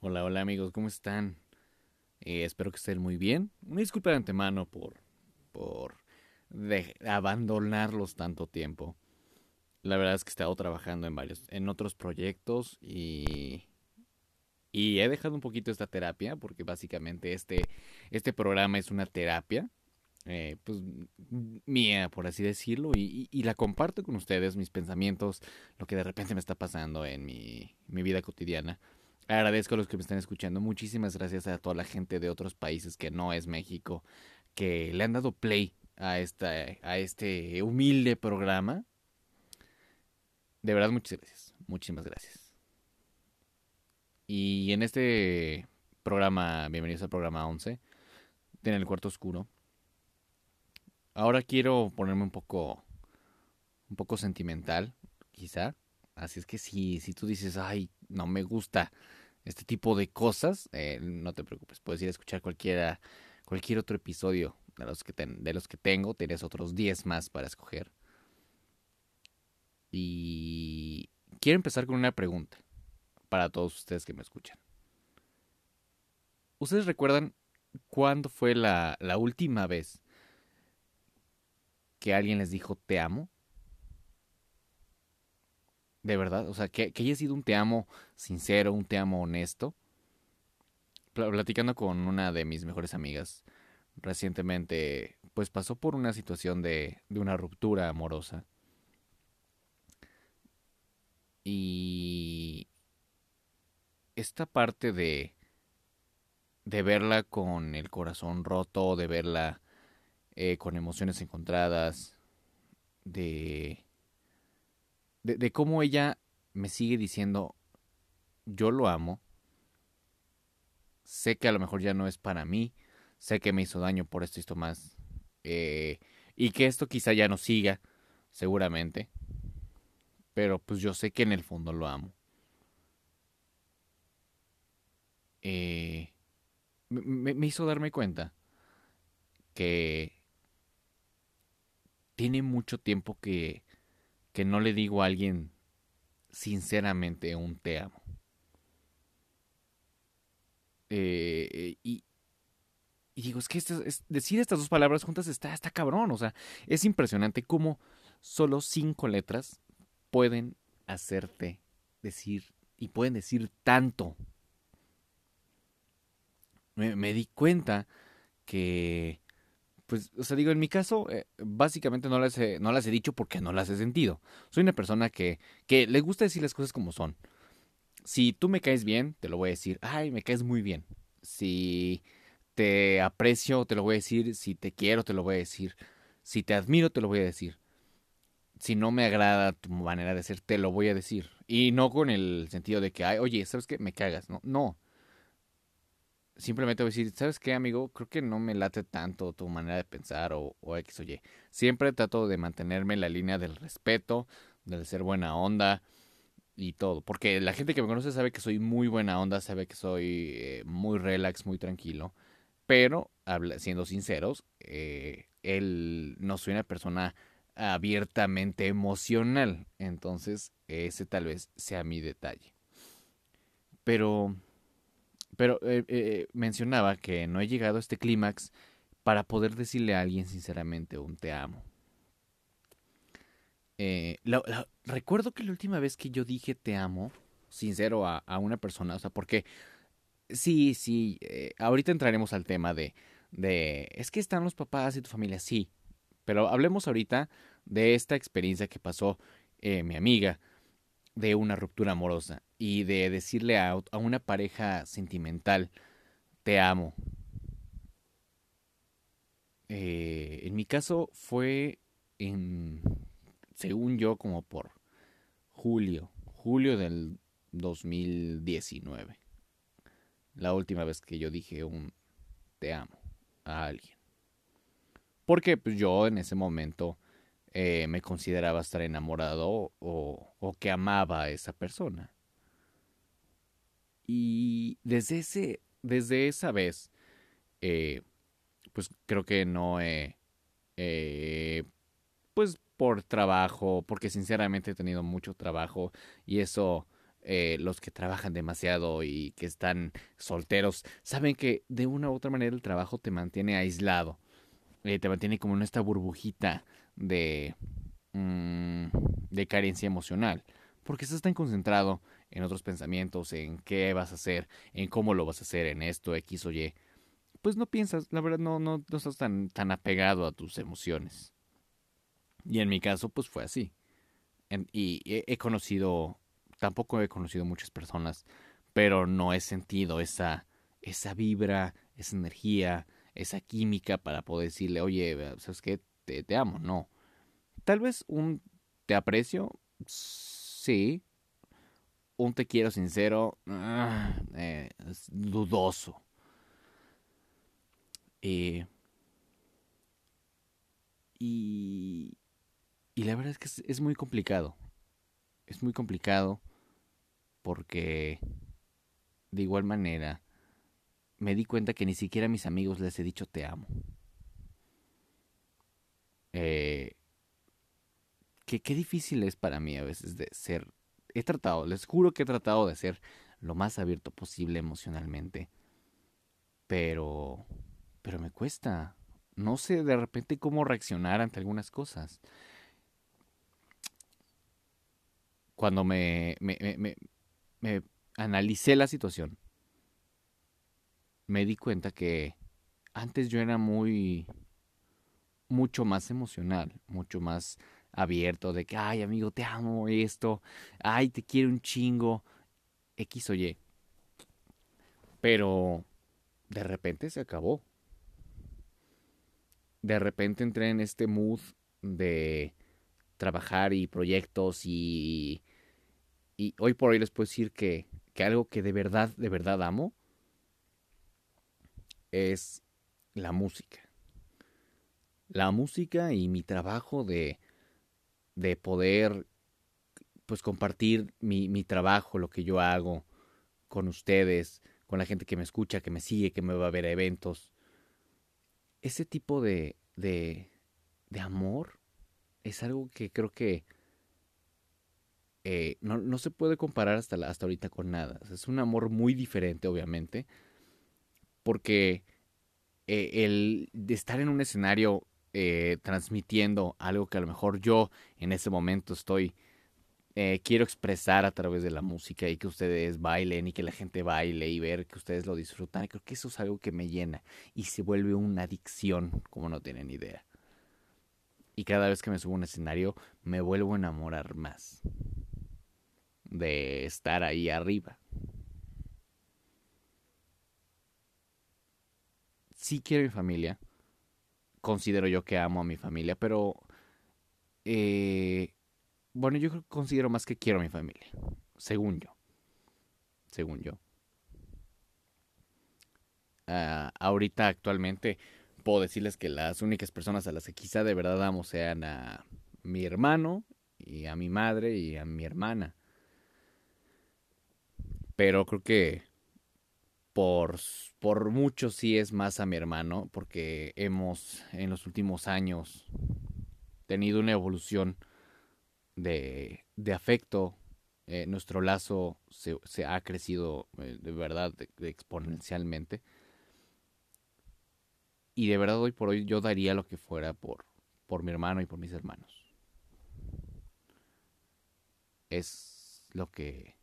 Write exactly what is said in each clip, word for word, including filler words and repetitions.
Hola, hola amigos, ¿cómo están? Eh, espero que estén muy bien. Una disculpa de antemano por, por de- abandonarlos tanto tiempo. La verdad es que he estado trabajando en varios, en otros proyectos y, y he dejado un poquito esta terapia porque básicamente este, este programa es una terapia, eh, pues m- mía, por así decirlo, y, y- y la comparto con ustedes, mis pensamientos, lo que de repente me está pasando en mi, mi vida cotidiana. Agradezco a los que me están escuchando. Muchísimas gracias a toda la gente de otros países que no es México, que le han dado play a, esta, a este humilde programa. De verdad, muchas gracias. Muchísimas gracias. Y en este programa, bienvenidos al programa once, en el cuarto oscuro. Ahora quiero ponerme un poco, un poco sentimental, quizá. Así es que si, si tú dices, ay, no me gusta este tipo de cosas, eh, no te preocupes, puedes ir a escuchar cualquiera, cualquier otro episodio de los que, ten- de los que tengo, tienes otros diez más para escoger. Y quiero empezar con una pregunta para todos ustedes que me escuchan. ¿Ustedes recuerdan cuándo fue la, la última vez que alguien les dijo te amo? De verdad, o sea, que, que haya sido un te amo sincero, un te amo honesto. Pla- Platicando con una de mis mejores amigas recientemente, pues pasó por una situación de, de una ruptura amorosa. Y esta parte de, de verla con el corazón roto, de verla eh, con emociones encontradas, de, de, de cómo ella me sigue diciendo, yo lo amo, sé que a lo mejor ya no es para mí, sé que me hizo daño por esto y esto más, eh, y que esto quizá ya no siga, seguramente, pero pues yo sé que en el fondo lo amo. Eh, me, me hizo darme cuenta que tiene mucho tiempo que, que no le digo a alguien sinceramente un te amo. Eh, y, y digo, es que esto es- decir estas dos palabras juntas está, está cabrón. O sea, es impresionante cómo solo cinco letras pueden hacerte decir y pueden decir tanto. Me, me di cuenta que, pues, o sea, digo, en mi caso, eh, básicamente no las, he, no las he dicho porque no las he sentido. Soy una persona que, que le gusta decir las cosas como son. Si tú me caes bien, te lo voy a decir, ay, me caes muy bien. Si te aprecio, te lo voy a decir. Si te quiero, te lo voy a decir. Si te admiro, te lo voy a decir. Si no me agrada tu manera de ser, te lo voy a decir. Y no con el sentido de que, ay, oye, ¿sabes qué? Me cagas. No, no. Simplemente voy a decir, ¿sabes qué, amigo? Creo que no me late tanto tu manera de pensar o, o X o Y. Siempre trato de mantenerme en la línea del respeto, del ser buena onda, y todo. Porque la gente que me conoce sabe que soy muy buena onda, sabe que soy eh, muy relax, muy tranquilo. Pero, habla- siendo sinceros, eh, él no soy una persona abiertamente emocional. Entonces, ese tal vez sea mi detalle. Pero, pero eh, eh, mencionaba que no he llegado a este clímax para poder decirle a alguien sinceramente un te amo. Eh, la- la- recuerdo que la última vez que yo dije te amo, sincero a, a una persona, o sea, porque sí, sí, eh, ahorita entraremos al tema de, de, es que están los papás y tu familia, sí, pero hablemos ahorita de esta experiencia que pasó eh, mi amiga, de una ruptura amorosa y de decirle a, a una pareja sentimental, te amo. Eh, en mi caso fue en, según yo, como por julio, julio del dos mil diecinueve, la última vez que yo dije un te amo a alguien. Porque pues, yo en ese momento eh, me consideraba estar enamorado o, o que amaba a esa persona. Y desde, ese, desde esa vez, eh, pues creo que no he, eh, pues por trabajo, porque sinceramente he tenido mucho trabajo y eso eh, los que trabajan demasiado y que están solteros, saben que de una u otra manera el trabajo te mantiene aislado, eh, te mantiene como en esta burbujita de, mm, de carencia emocional, porque estás tan concentrado en otros pensamientos, en qué vas a hacer, en cómo lo vas a hacer, en esto, X o Y, pues no piensas, la verdad no, no, no estás tan, tan apegado a tus emociones. Y en mi caso, pues fue así. En- y he, he conocido, tampoco he conocido muchas personas, pero no he sentido esa, esa vibra, esa energía, esa química para poder decirle, oye, ¿sabes qué? Te, te amo, no. Tal vez un te aprecio, sí. Un te quiero sincero, ah, eh, es dudoso. Eh, y, y la verdad es que es, es muy complicado. Es muy complicado porque de igual manera me di cuenta que ni siquiera a mis amigos les he dicho te amo. Eh, que qué difícil es para mí a veces de ser... He tratado, les juro que he tratado de ser lo más abierto posible emocionalmente, pero... Pero me cuesta. No sé de repente cómo reaccionar ante algunas cosas. Cuando me, me, me, me, me analicé la situación, me di cuenta que antes yo era muy, mucho más emocional, mucho más abierto de que, ay amigo, te amo esto, ay, te quiero un chingo, X o Y. Pero de repente se acabó. De repente entré en este mood de trabajar y proyectos y, y hoy por hoy les puedo decir que, que algo que de verdad, de verdad amo es la música. La música y mi trabajo de, de poder pues compartir mi, mi trabajo, lo que yo hago con ustedes, con la gente que me escucha, que me sigue, que me va a ver a eventos. Ese tipo de, de, de amor es algo que creo que eh, no, no se puede comparar hasta, la- hasta ahorita con nada. O sea, es un amor muy diferente, obviamente, porque eh, el de estar en un escenario eh, transmitiendo algo que a lo mejor yo en ese momento estoy eh, quiero expresar a través de la música y que ustedes bailen y que la gente baile y ver que ustedes lo disfrutan. Creo que eso es algo que me llena y se vuelve una adicción, como no tienen idea. Y cada vez que me subo a un escenario me vuelvo a enamorar más de estar ahí arriba. Sí quiero mi familia, considero yo que amo a mi familia, pero eh, bueno, yo creo que considero más que quiero a mi familia, según yo, según yo. Ah, ahorita actualmente puedo decirles que las únicas personas a las que quizá de verdad amo sean a mi hermano y a mi madre y a mi hermana. Pero creo que por, por mucho sí es más a mi hermano porque hemos en los últimos años tenido una evolución de, de afecto. Eh, nuestro lazo se, se ha crecido eh, de verdad de- de exponencialmente. Y de verdad hoy por hoy yo daría lo que fuera por, por mi hermano y por mis hermanos. Es lo que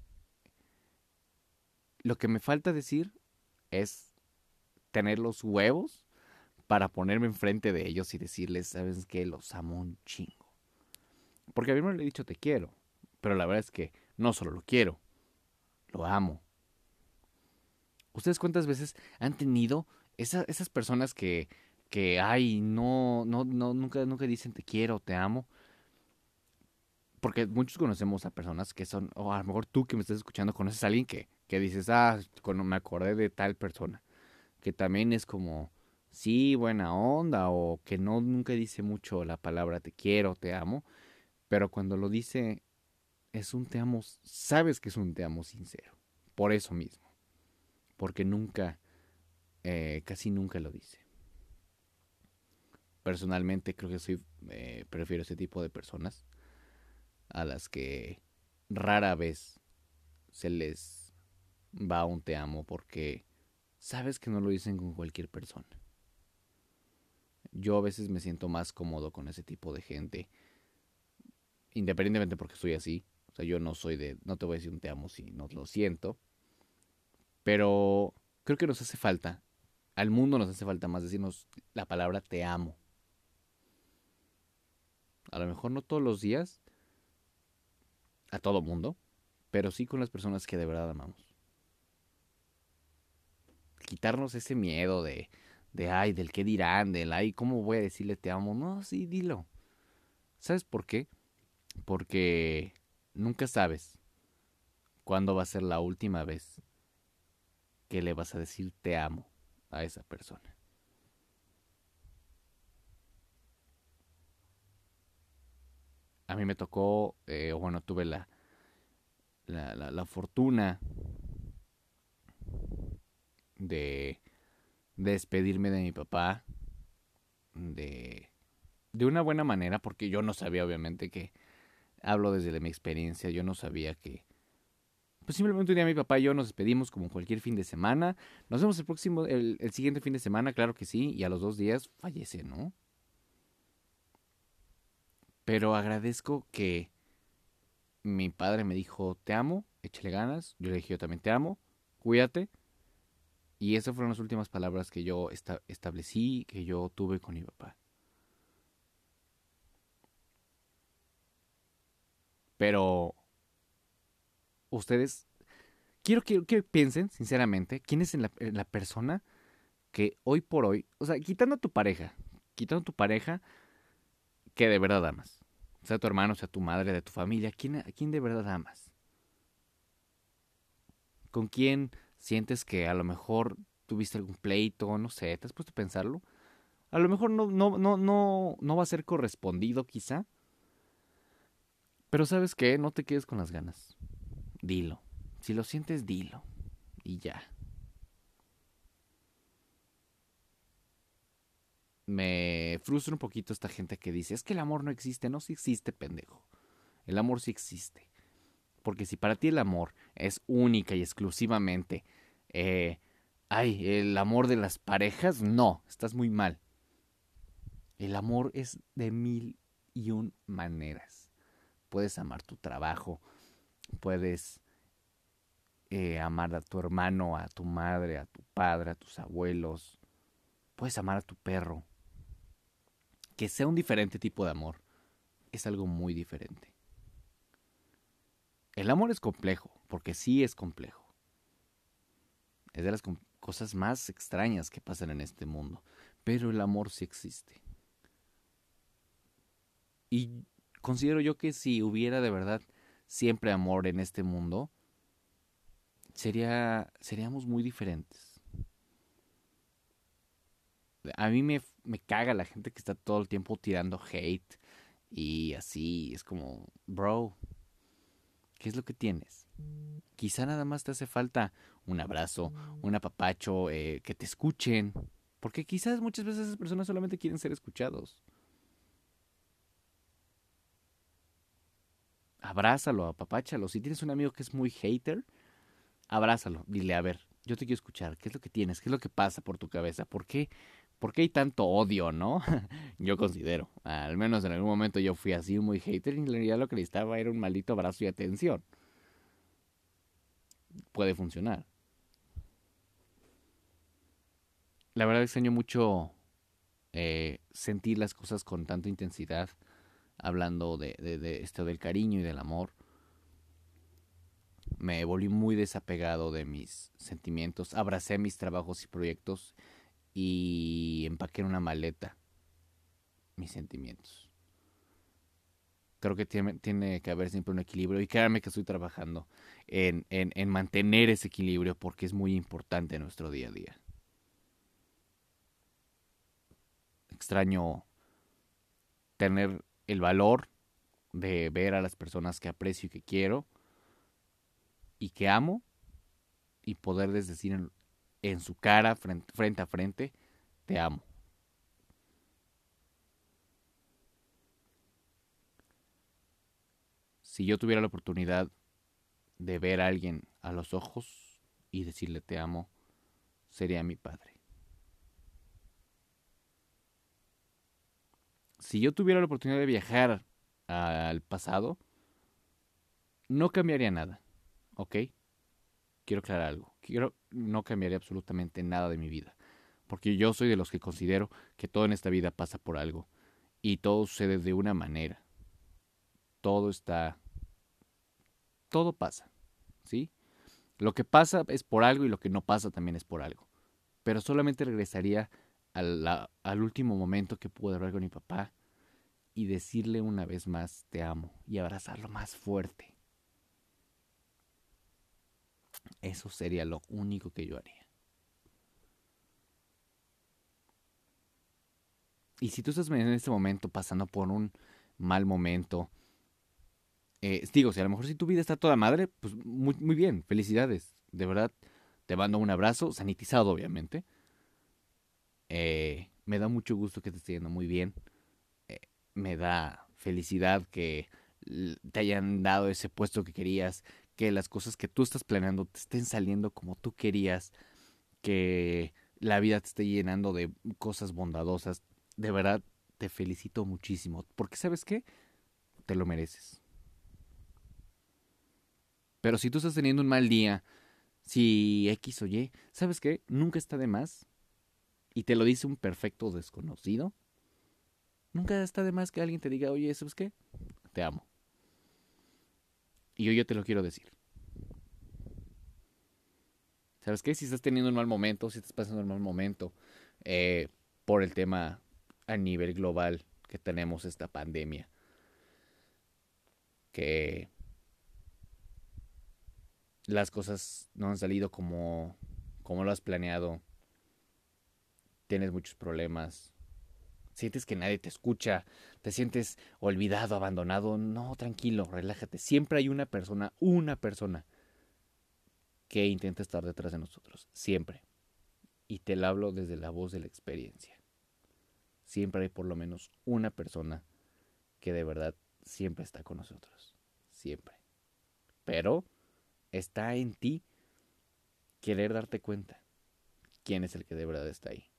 lo que me falta decir es tener los huevos para ponerme enfrente de ellos y decirles, ¿sabes qué? Los amo un chingo. Porque a mí me lo he dicho te quiero, pero la verdad es que no solo lo quiero, lo amo. ¿Ustedes cuántas veces han tenido esa- esas personas que que ay, no no no nunca nunca dicen te quiero, te amo? Porque muchos conocemos a personas que son, o a lo mejor tú que me estás escuchando conoces a alguien que, que dices, ah, cuando me acordé de tal persona, que también es como, sí, buena onda, o que no nunca dice mucho la palabra te quiero, te amo, pero cuando lo dice es un te amo, sabes que es un te amo sincero, por eso mismo, porque nunca, eh, casi nunca lo dice. Personalmente creo que soy, eh, prefiero ese tipo de personas a las que rara vez se les va un te amo porque sabes que no lo dicen con cualquier persona. Yo a veces me siento más cómodo con ese tipo de gente, independientemente porque soy así. O sea, yo no soy de, no te voy a decir un te amo si no lo siento, pero creo que nos hace falta, al mundo nos hace falta más decirnos la palabra te amo. A lo mejor no todos los días, a todo mundo, pero sí con las personas que de verdad amamos. Quitarnos ese miedo de, de ay, del qué dirán, del ay, ¿cómo voy a decirle te amo? No, sí, dilo. ¿Sabes por qué? Porque nunca sabes cuándo va a ser la última vez que le vas a decir te amo a esa persona. A mí me tocó, eh, bueno, tuve la, la, la, la fortuna de, de despedirme de mi papá de, de una buena manera, porque yo no sabía, obviamente, que hablo desde mi experiencia, yo no sabía que, pues simplemente un día mi papá y yo nos despedimos como cualquier fin de semana. Nos vemos el próximo, el, el siguiente fin de semana, claro que sí, y a los dos días fallece, ¿no? Pero agradezco que mi padre me dijo, te amo, échale ganas. Yo le dije, yo también te amo, cuídate. Y esas fueron las últimas palabras que yo esta- establecí, que yo tuve con mi papá. Pero ustedes, quiero, quiero que piensen, sinceramente, quién es la, la persona que hoy por hoy, o sea, quitando a tu pareja, quitando a tu pareja que de verdad amas. Sea tu hermano, sea tu madre, de tu familia, ¿quién, ¿a quién de verdad amas? ¿Con quién sientes que a lo mejor tuviste algún pleito? No sé, ¿te has puesto a pensarlo? A lo mejor no, no, no, no, no va a ser correspondido quizá, pero ¿sabes qué? No te quedes con las ganas. Dilo. Si lo sientes, dilo. Y ya. Me frustra un poquito esta gente que dice, es que el amor no existe. No, sí existe, pendejo. El amor sí existe. Porque si para ti el amor es única y exclusivamente, eh, ay, el amor de las parejas, no, estás muy mal. El amor es de mil y un maneras. Puedes amar tu trabajo, puedes eh, amar a tu hermano, a tu madre, a tu padre, a tus abuelos. Puedes amar a tu perro. Que sea un diferente tipo de amor es algo muy diferente. El amor es complejo, porque sí es complejo. Es de las cosas más extrañas que pasan en este mundo. Pero el amor sí existe. Y considero yo que si hubiera de verdad siempre amor en este mundo, sería, seríamos muy diferentes. A mí me, me caga la gente que está todo el tiempo tirando hate y así. Es como, bro, ¿qué es lo que tienes? Quizá nada más te hace falta un abrazo, un apapacho, eh, que te escuchen. Porque quizás muchas veces esas personas solamente quieren ser escuchados. Abrázalo, apapáchalo. Si tienes un amigo que es muy hater, abrázalo. Dile, a ver, yo te quiero escuchar. ¿Qué es lo que tienes? ¿Qué es lo que pasa por tu cabeza? ¿Por qué, por qué hay tanto odio, no? Yo considero. Al menos en algún momento yo fui así muy hater y en realidad lo que necesitaba era un maldito abrazo y atención. Puede funcionar. La verdad extraño mucho eh, sentir las cosas con tanta intensidad, hablando de, de, de esto del cariño y del amor. Me volví muy desapegado de mis sentimientos, abracé mis trabajos y proyectos y empaqué en una maleta mis sentimientos. Creo que tiene, tiene que haber siempre un equilibrio y créanme que estoy trabajando en, en, en mantener ese equilibrio porque es muy importante en nuestro día a día. Extraño tener el valor de ver a las personas que aprecio y que quiero y que amo y poderles decir en, en su cara, frente, frente a frente, te amo. Si yo tuviera la oportunidad de ver a alguien a los ojos y decirle te amo sería mi padre. Si yo tuviera la oportunidad de viajar al pasado, no cambiaría nada, ¿ok? Quiero aclarar algo. Quiero, no cambiaría absolutamente nada de mi vida. Porque yo soy de los que considero que todo en esta vida pasa por algo. Y todo sucede de una manera. Todo está... Todo pasa, ¿sí? Lo que pasa es por algo y lo que no pasa también es por algo. Pero solamente regresaría a la- al último momento que pude hablar con mi papá y decirle una vez más te amo y abrazarlo más fuerte. Eso sería lo único que yo haría. Y si tú estás en este momento pasando por un mal momento, eh, digo, si a lo mejor si tu vida está toda madre, pues muy, muy bien, felicidades. De verdad, te mando un abrazo, sanitizado obviamente. Eh, me da mucho gusto que te esté yendo muy bien. Eh, Me da felicidad que l- te hayan dado ese puesto que querías, que las cosas que tú estás planeando te estén saliendo como tú querías, que la vida te esté llenando de cosas bondadosas. De verdad, te felicito muchísimo, porque ¿sabes qué? Te lo mereces. Pero si tú estás teniendo un mal día, si X o Y, ¿sabes qué? Nunca está de más, y te lo dice un perfecto desconocido, nunca está de más que alguien te diga, oye, ¿sabes qué? Te amo. Y yo, yo te lo quiero decir. ¿Sabes qué? Si estás teniendo un mal momento, si estás pasando un mal momento, eh, por el tema a nivel global que tenemos esta pandemia, que las cosas no han salido como, como lo has planeado, tienes muchos problemas, sientes que nadie te escucha, te sientes olvidado, abandonado, no, tranquilo, relájate. Siempre hay una persona, una persona que intenta estar detrás de nosotros, siempre. Y te lo hablo desde la voz de la experiencia. Siempre hay por lo menos una persona que de verdad siempre está con nosotros, siempre. Pero está en ti querer darte cuenta quién es el que de verdad está ahí.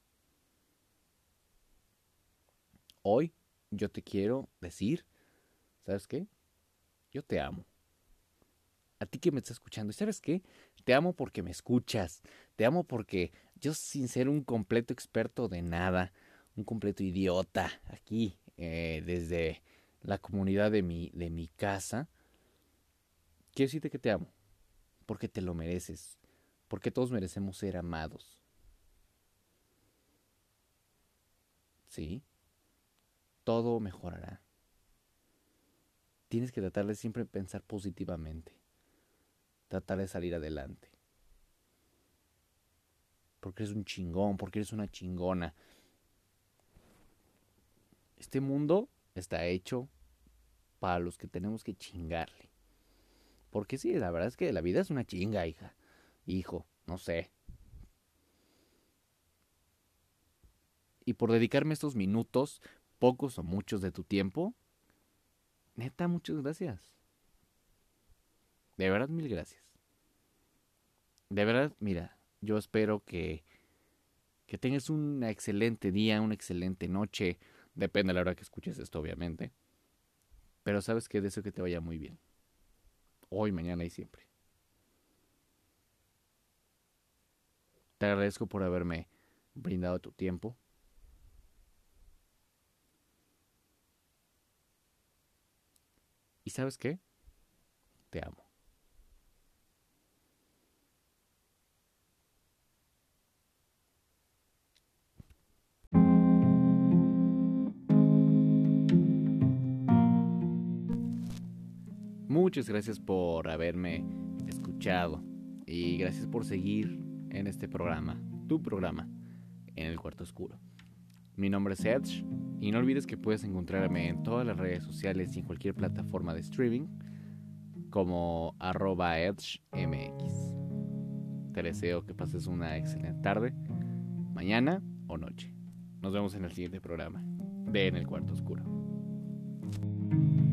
Hoy yo te quiero decir, ¿sabes qué? Yo te amo. A ti que me estás escuchando. ¿Y sabes qué? Te amo porque me escuchas. Te amo porque yo, sin ser un completo experto de nada, un completo idiota aquí, eh, desde la comunidad de mi, de mi casa, quiero decirte que te amo. Porque te lo mereces. Porque todos merecemos ser amados. ¿Sí? Todo mejorará. Tienes que tratar de siempre pensar positivamente. Tratar de salir adelante. Porque eres un chingón, porque eres una chingona. Este mundo está hecho para los que tenemos que chingarle. Porque sí, la verdad es que la vida es una chinga, hija. Hijo, no sé. Y por dedicarme estos minutos, pocos o muchos de tu tiempo, neta, muchas gracias. De verdad, mil gracias. De verdad, mira, yo espero que, que tengas un excelente día, una excelente noche. Depende de la hora que escuches esto, obviamente. Pero sabes que deseo que te vaya muy bien. Hoy, mañana y siempre. Te agradezco por haberme brindado tu tiempo. ¿Y sabes qué? Te amo. Muchas gracias por haberme escuchado. Y gracias por seguir en este programa, tu programa, en el cuarto oscuro. Mi nombre es Edge y no olvides que puedes encontrarme en todas las redes sociales y en cualquier plataforma de streaming como arroba edgemx. Te deseo que pases una excelente tarde, mañana o noche. Nos vemos en el siguiente programa de En el Cuarto Oscuro.